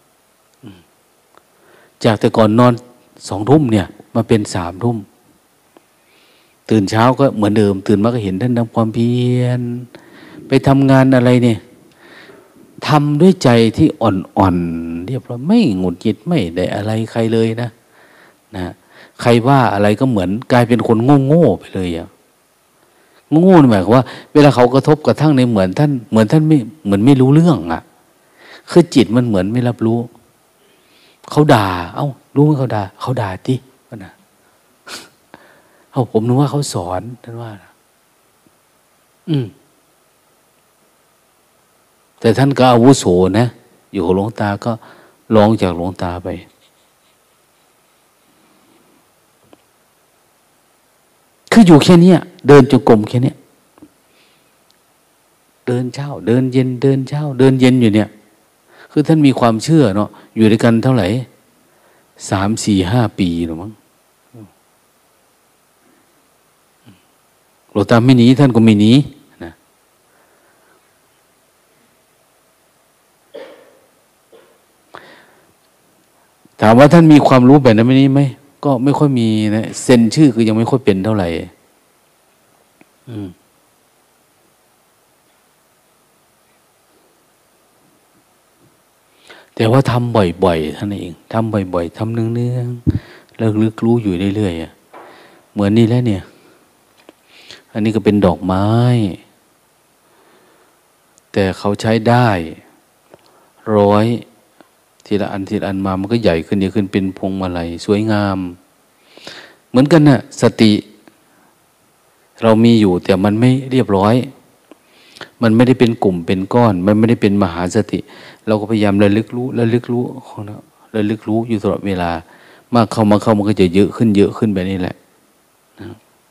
จากแต่ก่อนนอนสองทุ่มเนี่ยมาเป็นสามทุ่มตื่นเช้าก็เหมือนเดิมตื่นมาก็เห็นท่านทำความเพียรไปทำงานอะไรเนี่ยทำด้วยใจที่อ่อนๆเรียบร้อยไม่หงุดหงิดไม่ได้อะไรใครเลยนะนะใครว่าอะไรก็เหมือนกลายเป็นคนโง่ๆไปเลยอ่ะโง่หมายความว่าเวลาเขากระทบกระทั่งในเหมือนท่านเหมือนท่านไม่เหมือนไม่รู้เรื่องอ่ะคือจิตมันเหมือนไม่รับรู้เขาด่าเอ้ารู้ไหมเขาด่าเขาด่าที่ว่านะเอ้าผมนึกว่าเขาสอนท่านว่านะอืมแต่ท่านก็อาวุโสนะอยู่กับหลวงตาก็ลองจากหลวงตาไปคืออยู่แค่นี้เดินจงกรมแค่นี้เดินเช้าเดินเย็นเดินเช้าเดินเย็นอยู่เนี่ยคือท่านมีความเชื่อเนาะอยู่ด้วยกันเท่าไหร่สามสี่ห้าปีหรือมั้งหลวงตาไม่หนีท่านก็ไม่หนีนะถามว่าท่านมีความรู้แบบนั้นไหมนี้ไหมก็ไม่ค่อยมีนะเซ็นชื่อคือยังไม่ค่อยเป็นเท่าไหร่อืมแต่ว่าทำบ่อยๆท่านเองทำบ่อยๆทำเนืองๆแล้วลึกรู้อยู่เรื่อยๆเหมือนนี่แล้วเนี่ยอันนี้ก็เป็นดอกไม้แต่เขาใช้ได้ร้อยทีละอันทีละอันมามันก็ใหญ่ขึ้นใหญ่ขึ้นเป็นพวงมาลัยสวยงามเหมือนกันน่ะสติเรามีอยู่แต่มันไม่เรียบร้อยมันไม่ได้เป็นกลุ่มเป็นก้อนมันไม่ได้เป็นมหาสติเราก็พยายามระลึกรู้ระลึกรู้ระลึกรู้อยู่ตลอดเวลามากเข้ามาเข้ามันก็จะเยอะขึ้นเยอะขึ้นแบบนี้แหละนะ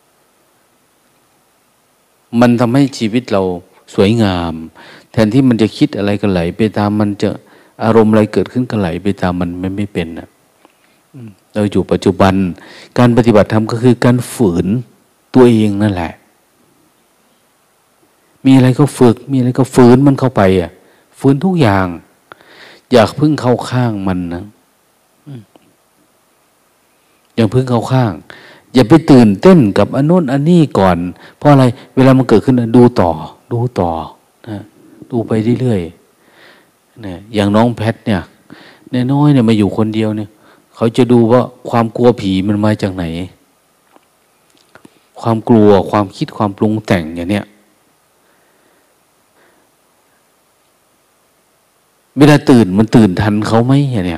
มันทำให้ชีวิตเราสวยงามแทนที่มันจะคิดอะไรก็ไหลไปตามมันจะอารมณ์อะไรเกิดขึ้นก็ไหลไปตามมันไม่ไม่เป็นนะเราอยู่ปัจจุบันการปฏิบัติธรรมก็คือการฝืนตัวเองนั่นแหละมีอะไรก็ฝึกมีอะไรก็ฝืนมันเข้าไปอ่ะฝืนทุกอย่างอยากพึ่งเข้าข้างมันนะอย่าพึ่งเข้าข้างอย่าไปตื่นเต้นกับอันโน้นอันนี้ก่อนเพราะอะไรเวลามันเกิดขึ้นดูต่อดูต่อนะดูไปเรื่อยๆเนี่ยอย่างน้องแพทเนี่ยน้อยๆเนี่ยมาอยู่คนเดียวเนี่ยเขาจะดูว่าความกลัวผีมันมาจากไหนความกลัวความคิดความปรุงแต่งอย่างเนี้ยเวลาตื่นมันตื่นทันเขาไหมเนี่ย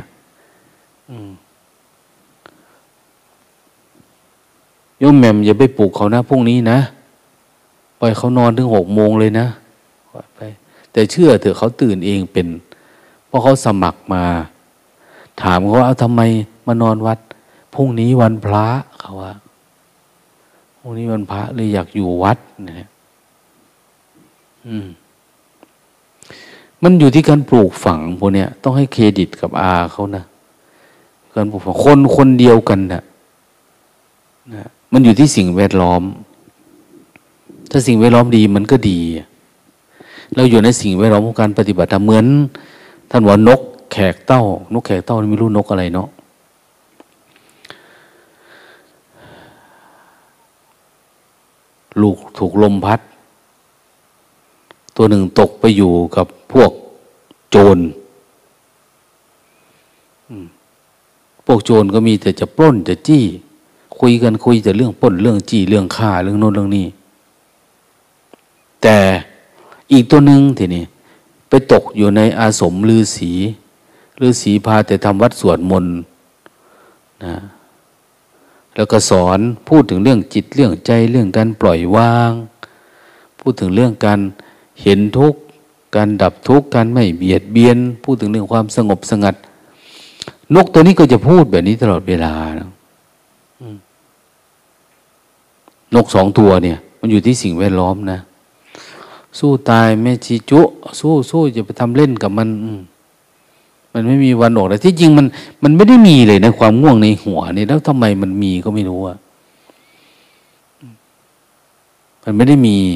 โยมแหม่มอย่าไปปลุกเขานะพรุ่งนี้นะปล่อยเขานอนถึงหกโมงเลยนะไปแต่เชื่อเถอะเขาตื่นเองเป็นเพราะเขาสมัครมาถามเขาว่าเอาทำไมมานอนวัดพรุ่งนี้วันพระเขาว่าพรุ่งนี้วันพระเลยอยากอยู่วัดนะอืมมันอยู่ที่การปลูกฝังพวกเนี้ยต้องให้เครดิตกับอาเขานะการปลูกฝังคนคนเดียวกันนะนะมันอยู่ที่สิ่งแวดล้อมถ้าสิ่งแวดล้อมดีมันก็ดีเราอยู่ในสิ่งแวดล้อมของการปฏิบัติธรรมเหมือนท่านว่านกแขกเต้านกแขกเต้าไม่รู้นกอะไรเนาะลูกถูกลมพัดตัวหนึ่งตกไปอยู่กับพวกโจรพวกโจรก็มีแต่จะปล้นจะจี้คุยกันคุยแต่เรื่องปล้นเรื่องจี้เรื่องฆ่าเรื่องโน้นเรื่องนี้แต่อีกตัวหนึ่งทีนี้ไปตกอยู่ในอาสมฤาษีฤาษีพาแต่ทำวัดสวดมนต์นะแล้วก็สอนพูดถึงเรื่องจิตเรื่องใจเรื่องการปล่อยวางพูดถึงเรื่องการเห็นทุกข์การดับทุกข์การไม่เบียดเบียนพูดถึงเรื่องความสงบสงัดนกตัวนี้ก็จะพูดแบบนี้ตลอดเวลานะนกสองตัวเนี่ยมันอยู่ที่สิ่งแวดล้อมนะสู้ตายแม่ชีจุสู้สู้จะไปทำเล่นกับมันมันไม่มีวันออกเลยที่จริงมันมันไม่ได้มีเลยนะความง่วงในหัวนี่แล้วทำไมมันมีก็ไม่รู้อะมันไม่ได้มี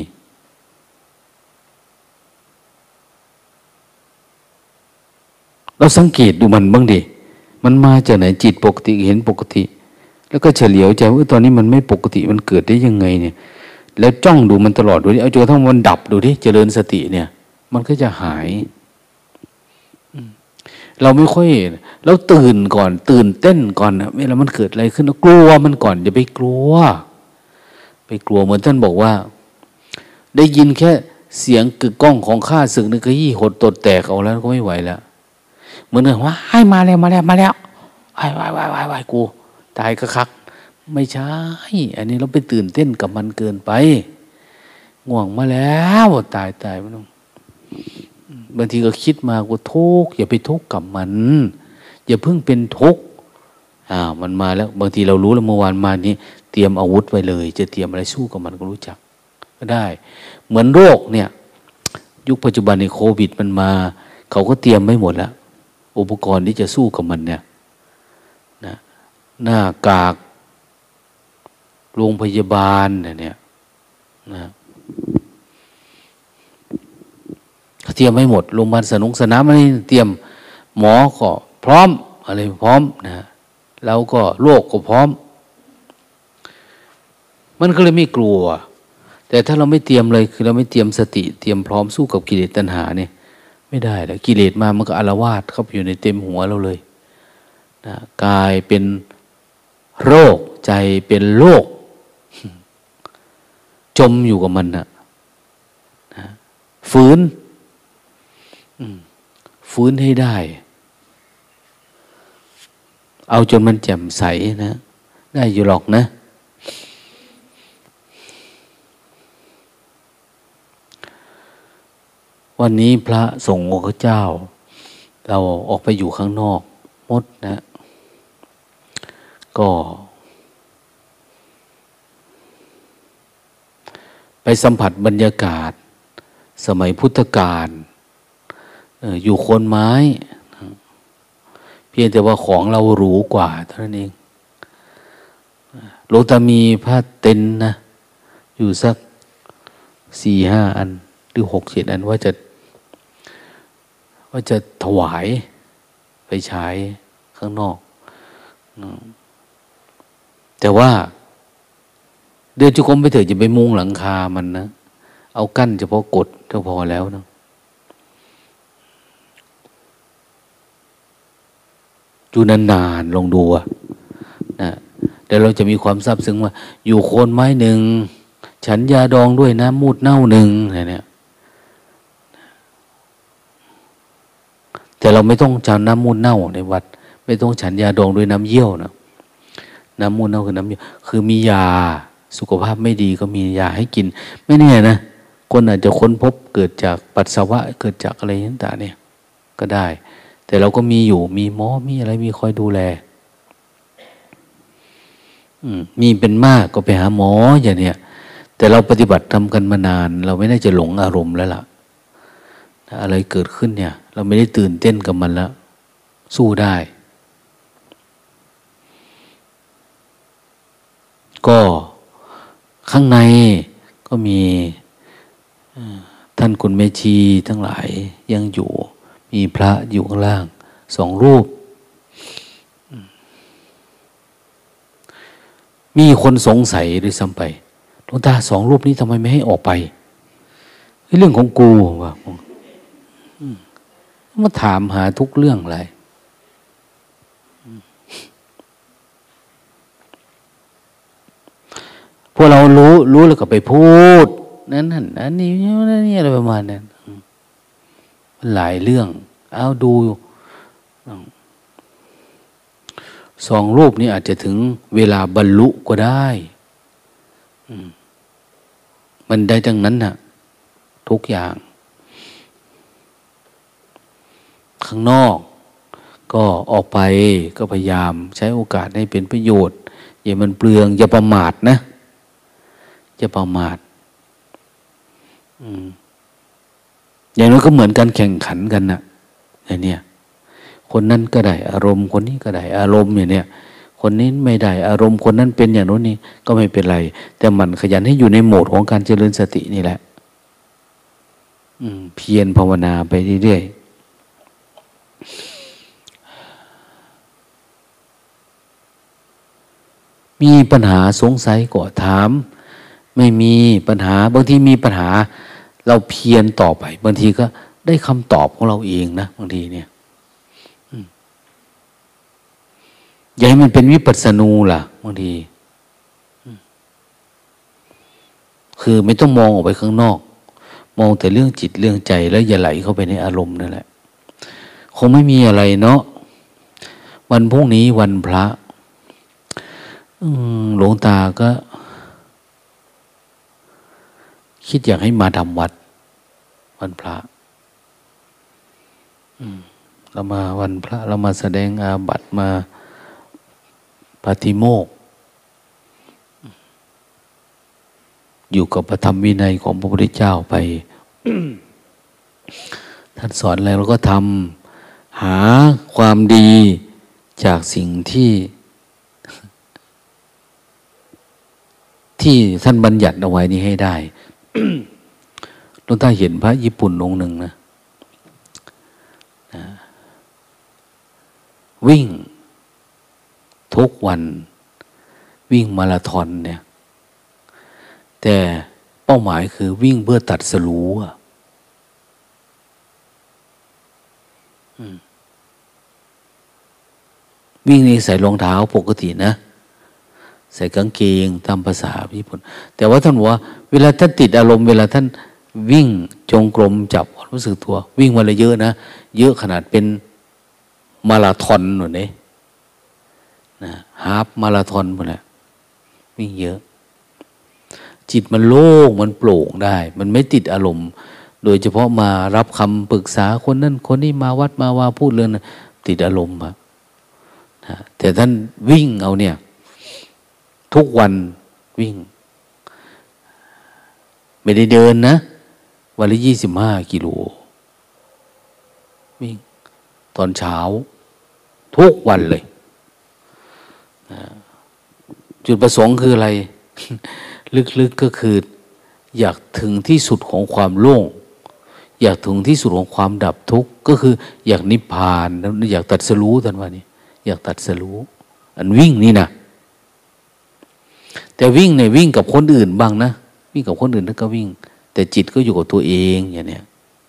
เราสังเกตดูมันบ้างดิมันมาจากไหนจิตปกติเห็นปกติแล้วก็เฉลียวใจว่าตอนนี้มันไม่ปกติมันเกิดได้ยังไงเนี่ยแล้วจ้องดูมันตลอดดูดิเอาจนกระทั่งมันดับดูดิเจริญสติเนี่ยมันก็จะหายเราไม่ค่อยเราตื่นก่อนตื่นเต้นก่อนนะเวลามันเกิดอะไรขึ้นกลัวมันก่อนอย่าไปกลัวไปกลัวเหมือนท่านบอกว่าได้ยินแค่เสียงกึกก้องของข้าศึกนึกขยี้หดตดแตกเอาแล้วก็ไม่ไหวแล้วเหมือนว่าให้มาแล้วมาแล้วมาแล้วไอ้ไว้ไว้ไว้ไว้กูตายก็คักไม่ใช่อันนี้เราไปตื่นเต้นกับมันเกินไปง่วงมาแล้วตายตายไม่ต้องบางทีก็คิดมากูทุกข์อย่าไปทุกข์กับมันอย่าเพิ่งเป็นทุกข์อ่ามันมาแล้วบางทีเรารู้แล้วเมื่อวานมานี้เตรียมอาวุธไว้เลยจะเตรียมอะไรสู้กับมันก็รู้จักก็ได้เหมือนโรคเนี่ยยุคปัจจุบันในโควิดมันมาเขาก็เตรียมไว้หมดแล้วอุปกรณ์ที่จะสู้กับมันเนี่ยนะหน้ากากโรงพยาบาลเนี่ยนะเตรียมให้หมดโรงพยาบาลสนงสนามอะไรเตรียมหมอก็พร้อมอะไรพร้อมนะแล้วก็โรคก็พร้อมมันก็เลยไม่กลัวแต่ถ้าเราไม่เตรียมเลยคือเราไม่เตรียมสติเตรียมพร้อมสู้กับกิเลสตัณหาเนี่ยไม่ได้แล้วกิเลสมามันก็อาละวาดเข้าไปอยู่ในเต็มหัวเราเลยนะกายเป็นโรคใจเป็นโรคจมอยู่กับมันนะนะฟื้นฟื้นให้ได้เอาจนมันแจ่มใสนะได้อยู่หรอกนะวันนี้พระสงฆ์องค์เจ้าเราออกไปอยู่ข้างนอกมดนะก็ไปสัมผัสบรรยากาศสมัยพุทธกาลอยู่โคนไม้เพียงแต่ว่าของเราหรูกว่าเท่านั้นเองหลวงตามีผ้าเต็นท์นะอยู่สักสี่ห้าอันหรือหกเจ็ดอันว่าจะว่าจะถวายไปใช้ข้างนอกแต่ว่าเดินจุกรมไปเถอะอย่าไปมุงหลังคามันนะเอากั้นเฉพาะกดก็พอแล้วนะอยู่นานๆลองดูนะแต่เราจะมีความซาบซึ้งว่าอยู่โคนไม้หนึ่งฉันยาดองด้วยน้ำมูดเน่าหนึ่งอะไรเนี่ยแต่เราไม่ต้องฉันน้ำมูดเน่าในวัดไม่ต้องฉันยาดองด้วยน้ำเยี่ยวนะน้ำมูดเน่าคือน้ำเยี่ยวคือมียาสุขภาพไม่ดีก็มียาให้กินไม่แน่นะคนอาจจะค้นพบเกิดจากปัสสาวะเกิดจากอะไรต่างๆเนี่ยก็ได้แต่เราก็มีอยู่มีหมอมีอะไรมีคอยดูแลมีเป็นมากก็ไปหาหมออย่างเนี้ยแต่เราปฏิบัติทำกันมานานเราไม่น่าจะหลงอารมณ์แล้วล่ะถ้าอะไรเกิดขึ้นเนี่ยเราไม่ได้ตื่นเต้นกับมันแล้วสู้ได้ก็ข้างในก็มีท่านคุณเมชีทั้งหลายยังอยู่มีพระอยู่ข้างล่างสองรูปมีคนสงสัยด้วยซ้ำไปหลวงตาสองรูปนี้ทำไมไม่ให้ออกไปเรื่องของกูว่ามาถามหาทุกเรื่องเลยพวกเรารู้รู้แล้วก็ไปพูดนั่นนั่นอันนี้นั่นนี่อะไรประมาณนั้นมันหลายเรื่องเอาดูสองรูปนี้อาจจะถึงเวลาบรรลุก็ได้มันได้ทั้งนั้นน่ะทุกอย่างข้างนอกก็ออกไปก็พยายามใช้โอกาสให้เป็นประโยชน์อย่ามันเปลืองอย่าประมาทนะอย่าประมาทอย่างนั้นก็เหมือนการแข่งขันกันนะอย่างเนี้ยคนนั้นก็ได้อารมณ์คนนี้ก็ได้อารมณ์อย่างเนี้ยคนนี้ไม่ได้อารมณ์คนนั้นเป็นอย่างโน้นนี่ก็ไม่เป็นไรแต่มันขยันให้อยู่ในโหมดของการเจริญสตินี่แหละเพียรภาวนาไปเรื่อยๆมีปัญหาสงสัยก็ถามไม่มีปัญหาบางทีมีปัญหาเราเพียรต่อไปบางทีก็ได้คำตอบของเราเองนะบางทีเนี่ยอย่าให้มันเป็นวิปัสสนูล่ะบางทีคือไม่ต้องมองออกไปข้างนอกมองแต่เรื่องจิตเรื่องใจแล้วอย่าไหลเข้าไปในอารมณ์นั่นแหละคงไม่มีอะไรเนาะวันพรุ่งนี้วันพระหลวงตาก็คิดอยากให้มาทำวัดวันพระเรามาวันพระเรามาแสดงอาบัติมาปาฏิโมกข์อยู่กับพระธรรมวินัยของพระพุทธเจ้าไป ท่านสอนอะไรเราก็ทำหาความดีจากสิ่งที่ ที่ท่านบัญญัติเอาไว้นี้ให้ได้ หลวงตาเห็นพระญี่ปุ่นองค์หนึ่งนะนะวิ่งทุกวันวิ่งมาราธอนเนี่ยแต่เป้าหมายคือวิ่งเพื่อตัดสรู้อะวิ่งนี่ใส่รองเท้าปกตินะใส่กางเกงตามภาษาญี่ปุ่นแต่ว่าท่านบอกว่าเวลาท่านติดอารมณ์เวลาท่านวิ่งจงกรมจับความรู้สึกตัววิ่งมาเลยเยอะนะเยอะขนาดเป็นมาราธอนหนูเนี่ยนะฮาล์ฟมาราธอนหมดแหละวิ่งเยอะจิตมันโล่งมันโปร่งได้มันไม่ติดอารมณ์โดยเฉพาะมารับคำปรึกษาคนนั้นคนนี้มาวัดมาว่าพูดเรื่องนั้นติดอารมณ์อะนะแต่ท่านวิ่งเอาเนี่ยทุกวันวิ่งไม่ได้เดินนะวันละยี่สิบห้ากิโลวิ่งตอนเช้าทุกวันเลยนะจุดประสงค์คืออะไร ลึกๆก็คืออยากถึงที่สุดของความโล่งอยากถึงที่สุดของความดับทุกข์ก็คืออยากนิพพานแล้วอยากตัดสรู้ท่านว่านี่อยากตัดสรู้อันวิ่งนี่นะแต่วิ่งเนี่ยวิ่งกับคนอื่นบ้างนะวิ่งกับคนอื่นแล้วก็วิ่งแต่จิตก็อยู่กับตัวเองอย่างเนี้ย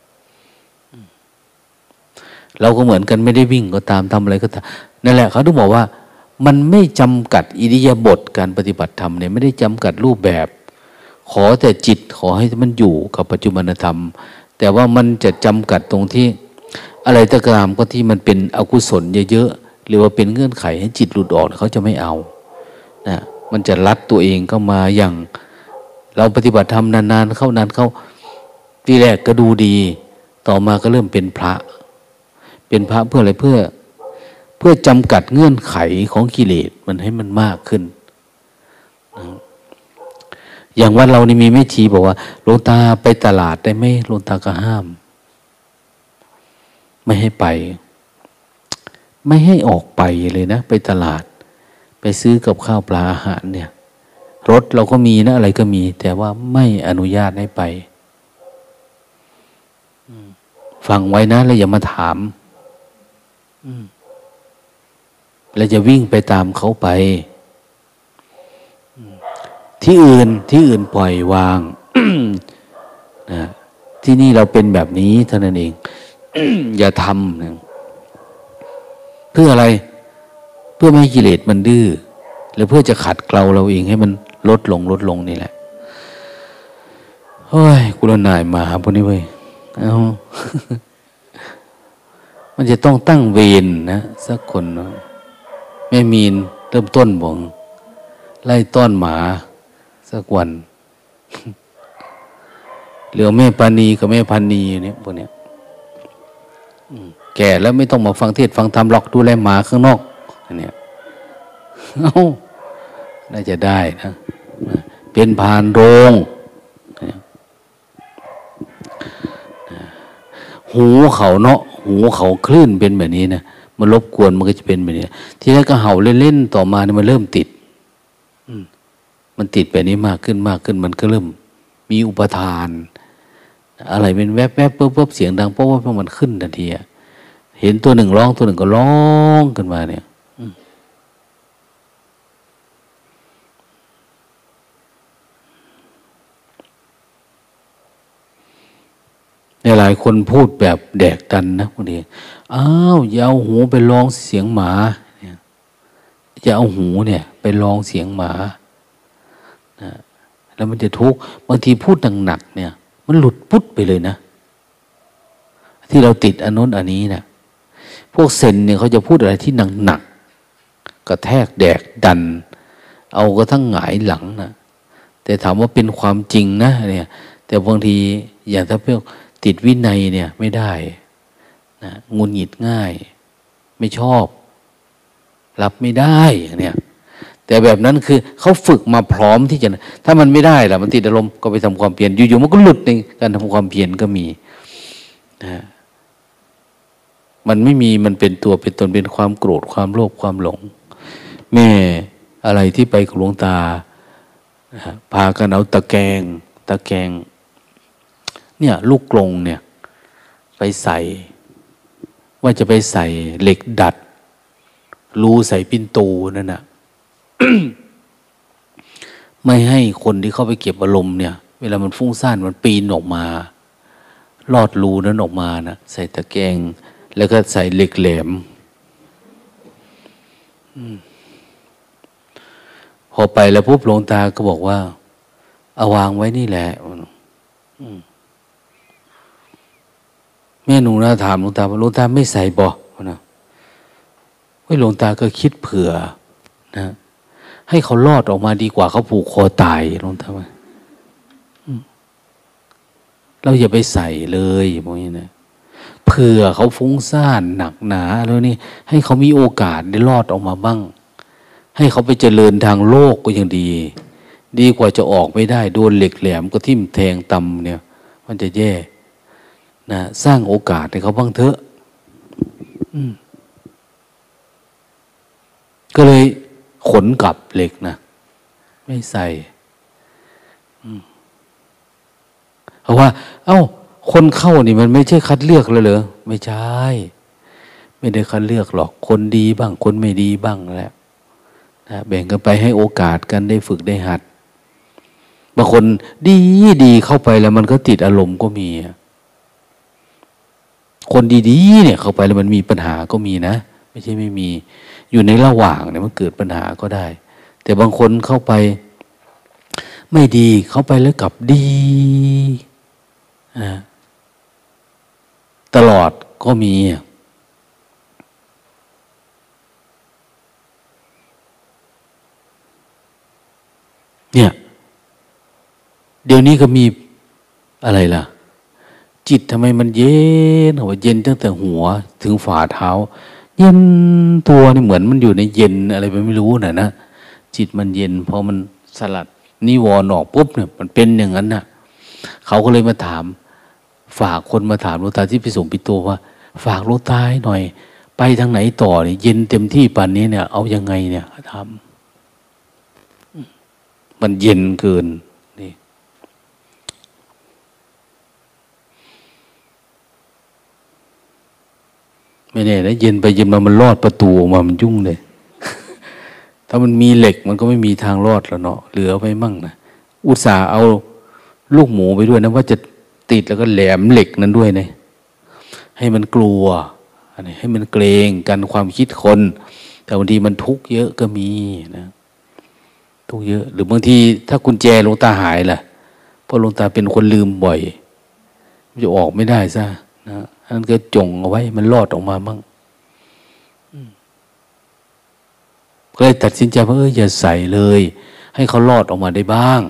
เราก็เหมือนกันไม่ได้วิ่งก็ตามทำอะไรก็ตามนั่นแหละเขาต้องบอกว่ามันไม่จำกัดอิริยาบถการปฏิบัติธรรมเนี่ยไม่ได้จำกัดรูปแบบขอแต่จิตขอให้มันอยู่กับปัจจุบันธรรมแต่ว่ามันจะจำกัดตรงที่อะไรตกามก็ที่มันเป็นอกุศลเยอะๆหรือว่าเป็นเงื่อนไขให้จิตหลุดออกเขาจะไม่เอานะมันจะรัดตัวเองเข้ามาอย่างเราปฏิบัติธรรมนานๆเข้านานเข้าทีแรกก็ดูดีต่อมาก็เริ่มเป็นพระเป็นพระเพื่ออะไรเพื่อเพื่อจำกัดเงื่อนไขของกิเลสมันให้มันมากขึ้นนะอย่างวัดเรานี่มีแม่ชีบอกว่าหลวงตาไปตลาดได้ไหมหลวงตาก็ห้ามไม่ให้ไปไม่ให้ออกไปเลยนะไปตลาดไปซื้อกับข้าวปลาอาหารเนี่ยรถเราก็มีนะอะไรก็มีแต่ว่าไม่อนุญาตให้ไปฟังไว้นะแล้วอย่ามาถามแล้วจะวิ่งไปตามเขาไปที่อื่นที่อื่นปล่อยวาง นะที่นี่เราเป็นแบบนี้เท่านั้นเอง อย่าทำนะเพื่ออะไรเพื่อไม่ให้กิเลสมันดื้อหรือเพื่อจะขัดเกลาเราเองให้มันลดลงลดลงนี่แหละเฮ้ยกุลนายมาพวกนี้เว้ยเอา มันจะต้องตั้งเวรนะสักคนเนาะแม่มีนเริ่มต้นบอกไล่ต้อนหมาสักวัน เหลือแม่ปานีกับแม่พันนีเนี่ยพวกเนี้ยแก่แล้วไม่ต้องมาฟังเทศฟังธรรมหรอกดูแลหมาข้างนอกอันเนี้ยเอ้าน่าจะได้นะเป็นพานโรงหูเขาเนาะหูเขาคลื่นเป็นแบบนี้นะมันรบกวนมันก็จะเป็นแบบนี้ทีแรกก็เห่าเล่นๆต่อมาเนี่ยมันเริ่มติดมันติดแบบนี้มากขึ้นมากขึ้นมันก็เริ่มมีอุปทานอะไรเป็นแวบๆปุ๊บๆเสียงดังเพราะว่ามันขึ้นทันทีเห็นตัวหนึ่งร้องตัวหนึ่งก็ร้องขึ้นมาเนี่ยเนี่ยหลายคนพูดแบบแดกดันนะบางทีอ้าวอย่าเอาหูไปลองเสียงหมาเนี่ยอย่าเอาหูเนี่ยไปลองเสียงหมานะแล้วมันจะทุกข์บางทีพูดหนักๆเนี่ยมันหลุดปุ๊บไปเลยนะที่เราติดอันโน้นอันนี้นะพวกเซนเนี่ยเขาจะพูดอะไรที่หนักๆกระแทกแดกดันเอาก็ทั้งหงายหลังนะแต่ถามว่าเป็นความจริงนะเนี่ยแต่บางทีอย่างถ้าเพื่อติดวินัยเนี่ยไม่ได้นะงุนหงิดง่ายไม่ชอบรับไม่ได้เนี่ยแต่แบบนั้นคือเขาฝึกมาพร้อมที่จะถ้ามันไม่ได้ล่ะมันติดอารมณ์ก็ไปทำความเพียรอยู่ๆมันก็หลุดในการทำความเพียรก็มีนะมันไม่มีมันเป็นตัวเป็นตนเป็นความโกรธความโลภความหลงแม่อะไรที่ไปกับหลวงตาพากันเอาตะแกรงตะแกรงเนี่ยลูกกลงเนี่ยไปใส่ว่าจะไปใส่เหล็กดัดรูใส่ปิ่นโตนั่นน่ะ ไม่ให้คนที่เข้าไปเก็บอารมณ์เนี่ยเวลามันฟุ้งซ่านมันปีนออกมาลอดรูนั้นออกมานะใส่ตะแกรงแล้วก็ใส่เหล็กแหลมพอไปแล้วปุ๊บหลวงตาก็บอกว่าเอาวางไว้นี่แหละแม่หนูนะถามหลวงตาว่าหลวงตาไม่ใส่บ่นะเฮ้ยหลวงตาก็คิดเผื่อนะให้เขารอดออกมาดีกว่าเขาผูกคอตายหลวงตาว่าเราอย่าไปใส่เลยพวกนี้นะเผื่อเขาฟุ้งซ่านหนักหนาแล้วนี่ให้เขามีโอกาสได้รอดออกมาบ้างให้เขาไปเจริญทางโลกก็ยังดีดีกว่าจะออกไม่ได้โดนเหล็กแหลมก็ทิ่มแทงตำเนี่ยมันจะแย่นะสร้างโอกาสให้เขาบ้างเถอะก็เลยขนกลับเหล็กนะไม่ใส่เพราะว่าเอ้าคนเข้านี่มันไม่ใช่คัดเลือกเลยเหรอไม่ใช่ไม่ได้คัดเลือกหรอกคนดีบ้างคนไม่ดีบ้างแหละนะแบ่งกันไปให้โอกาสกันได้ฝึกได้หัดบางคนดีดีเข้าไปแล้วมันก็ติดอารมณ์ก็มีคนดีๆเนี่ยเข้าไปแล้วมันมีปัญหาก็มีนะไม่ใช่ไม่มีอยู่ในระหว่างเนี่ยมันเกิดปัญหาก็ได้แต่บางคนเข้าไปไม่ดีเข้าไปแล้วกลับดีนะตลอดก็มีเนี่ยเดี๋ยวนี้ก็มีอะไรล่ะจิตทำไมมันเย็นหัวเย็นตั้งแต่หัวถึงฝ่าเท้าเย็นตัวนี่เหมือนมันอยู่ในเย็นอะไรไปไม่รู้น่ะนะจิตมันเย็นพอมันสลัดนิวรณ์ออกปุ๊บเนี่ยมันเป็นอย่างนั้นน่ะเขาก็เลยมาถามฝากคนมาถามหลวงตาที่ไปส่งปิโตว่าฝากหลวงตาให้หน่อยไปทางไหนต่อเนี่ยเย็นเต็มที่ป่านนี้เนี่ยเอายังไงเนี่ยทำมันเย็นเกินนี่ไม่แน่นะเย็นไปเย็นมามันรอดประตูออกมามันยุ่งเลย ถ้ามันมีเหล็กมันก็ไม่มีทางรอดแล้วเนาะเหลือไปมั่งนะอุตส่าห์เอาลูกหมูไปด้วยนะว่าจะติดแล้วก็แหลมเหล็กนั้นด้วยนะให้มันกลัวอันนี้ให้มันเกรงกันความคิดคนแต่บางทีมันทุกข์เยอะก็มีนะทุกข์เยอะหรือบางทีถ้ากุญแจหลวงตาหายล่ะเพราะหลวงตาเป็นคนลืมบ่อยมันจะออกไม่ได้ซะนะนั้นก็จงเอาไว้มันรอดออกมาบ้างก็เลยตัดสินใจว่าเอออย่าใส่เลยให้เขารอดออกมาได้บ้าง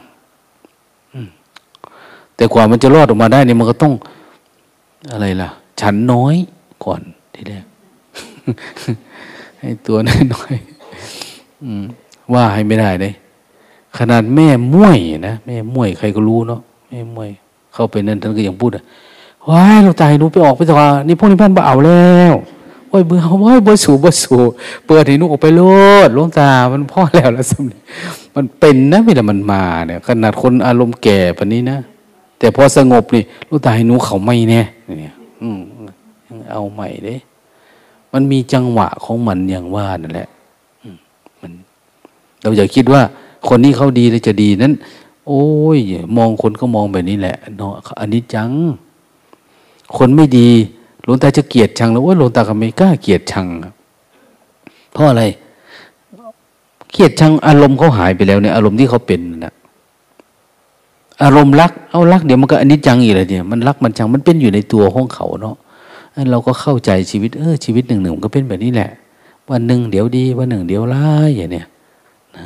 แต่กว่ามันจะรอดออกมาได้เนี่ยมันก็ต้องอะไรล่ะฉันน้อยก่อนทีแรก ให้ตัวน้อยๆว่าให้ไม่ได้เลยขนาดแม่ม่วยนะแม่ม่วยใครก็รู้เนาะแม่ม่วยเข้าไปนั่นท่านก็ยังพูดอ่ะว้ายเราตายหนูไปออกไปต่อนี่พวกนี้พันบ่เอาแล้วโอ้ยเบื่อโอ้ยบ่สู่บ่สู่เปิดให้หนูออกไปโลดหลวงตามันพ่อแล้วแล้วสมมันเป็นนะเวลามันมาเนี่ยขนาดคนอารมณ์แก่ปานนี้นะแต่พอสงบนี่หลวงตาให้หนูเขาไม่แน่เนี่ยอืมเอาใหม่เด้มันมีจังหวะของมันอย่างว่านั่นแหละมันเราอย่าคิดว่าคนนี้เขาดีแล้วจะดีนั้นโอ้ยมองคนก็มองแบบนี้แหละเนาะอันนี้จังคนไม่ดีหลวงตาจะเกลียดชังแล้วว่าหลวงตาก็ไม่กล้าเกลียดชังเพราะอะไรเกลียดชังอารมณ์เขาหายไปแล้วเนี่ยอารมณ์ที่เขาเป็นนะอารมณ์รักเอารักเดี๋ยวมันก็อันนี้จังอีกเลยเนี่ยมันรักมันชังมันเป็นอยู่ในตัวของเขาเนาะเราก็เข้าใจชีวิตเออชีวิตหนึ่งหนึ่งก็เป็นแบบนี้แหละวันหนึ่งเดี๋ยวดีวันหนึ่งเดี๋ยวร้ายอย่างเนี้ยนะ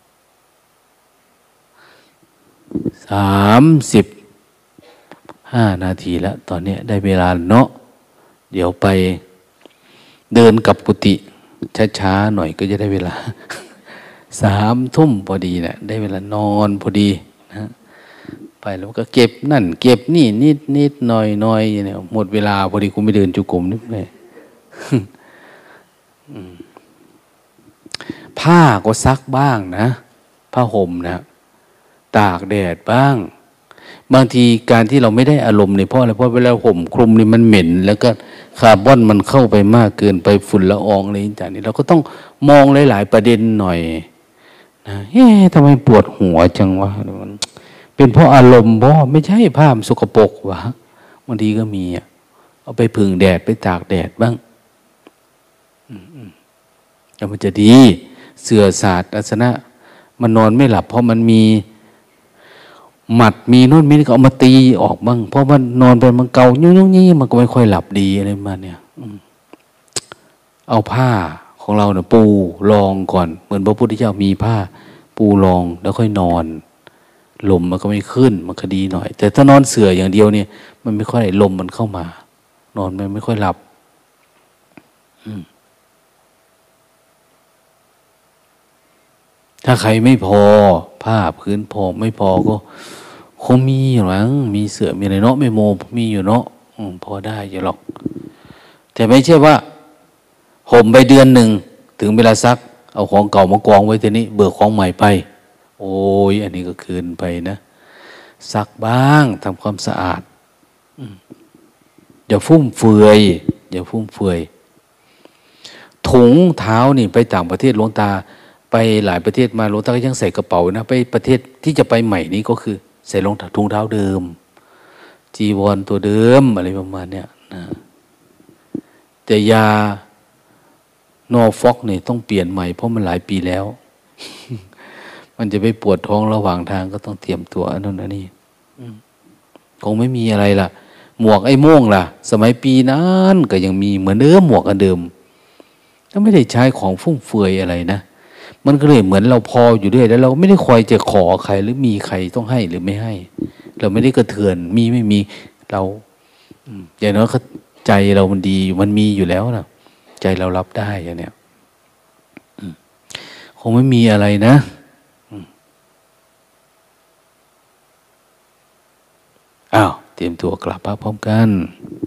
สามสิบห้านาทีแล้วตอนนี้ได้เวลาเนาะเดี๋ยวไปเดินกับกุฏิช้าๆหน่อยก็จะได้เวลาสามทุ่มพอดีเนะได้เวลานอนพอดีนะไปแล้วก็เก็บนั่นเก็บนี่นิดนิดหน่อยหน่อยอย่างเนี้ยหมดเวลาพอดีกูไม่เดินจุกมนิดเลยผ้าก็ซักบ้างนะผ้าห่มนะตากแดดบ้างบางทีการที่เราไม่ได้อารมณ์เนี่ยเพราะอะไรเพราะเวลาห่มคลุมนี่มันเหม็นแล้วก็คาร์บอนมันเข้าไปมากเกินไปฝุ่นละอองอะไรอย่างนี้เราก็ต้องมองหลายๆประเด็นหน่อยนะเฮ้ทำไมปวดหัวจังวะมันเป็นเพราะอารมณ์เพราะไม่ใช่ผ้ามันสกปรกวะบางทีก็มีอ่ะเอาไปพึ่งแดดไปตากแดดบ้างแล้วมันจะดีเสื่อศาสตร์อาสนะมันนอนไม่หลับเพราะมันมีหมัดมีโน่นมีนี่ก็เอามาตีออกบ้างเพราะมันนอนไปมันเกายุ่งยุ่งยี่มันก็ไม่ค่อยหลับดีอะไรมาเนี่ยเอาผ้าของเราเนี่ยปูรองก่อนเหมือนพระพุทธเจ้ามีผ้าปูรองแล้วค่อยนอนลมมันก็ไม่ขึ้นมันก็ดีหน่อยแต่ถ้านอนเสื่ออย่างเดียวเนี่ยมันไม่ค่อยลมมันเข้ามานอนมันไม่ค่อยหลับถ้าใครไม่พอผ้าพื้นพอไม่พอก็คงมีอยู่หลังมีเสื่อมีอะไรเนาะไม่โมมีอยู่เนาะพอได้อยู่หรอกแต่ไม่ใช่ว่าห่มไปเดือนหนึ่งถึงเวลาซักเอาของเก่ามากองไว้ทีนี้เบิกของใหม่ไปโอ้ยอันนี้ก็คืนไปนะซักบ้างทำความสะอาดอย่าฟุ่มเฟือยอย่าฟุ่มเฟือยถุงเท้านี่ไปต่างประเทศหลวงตาไปหลายประเทศมาหลวงตาก็ยังใส่กระเป๋านะไปประเทศที่จะไปใหม่นี้ก็คือใส่รองเท้าถุงเท้าเดิมจีวรตัวเดิมอะไรประมาณเนี้ยนะแต่ยานอฟอกนี่ต้องเปลี่ยนใหม่เพราะมันหลายปีแล้ว มันจะไปปวดท้องระหว่างทางก็ต้องเตรียมตัวอันนั้นอันนี้คงไม่มีอะไรล่ะหมวกไอ้ม่วงล่ะสมัยปีนั้นก็ยังมีเหมือนเดิมหมวกอันเดิมก็ไม่ได้ใช้ของฟุ่มเฟือยอะไรนะมันก็เลยเหมือนเราพออยู่ด้วยแล้วเราไม่ได้คอยจะขอใครหรือมีใครต้องให้หรือไม่ให้เราไม่ได้กระเทือนมีไม่มีเราอย่างน้อยใจเรามันดีมันมีอยู่แล้วนะใจเรารับได้อย่างเนี้ยคงไม่มีอะไรนะเตรียมตัวกลับพร้อมกัน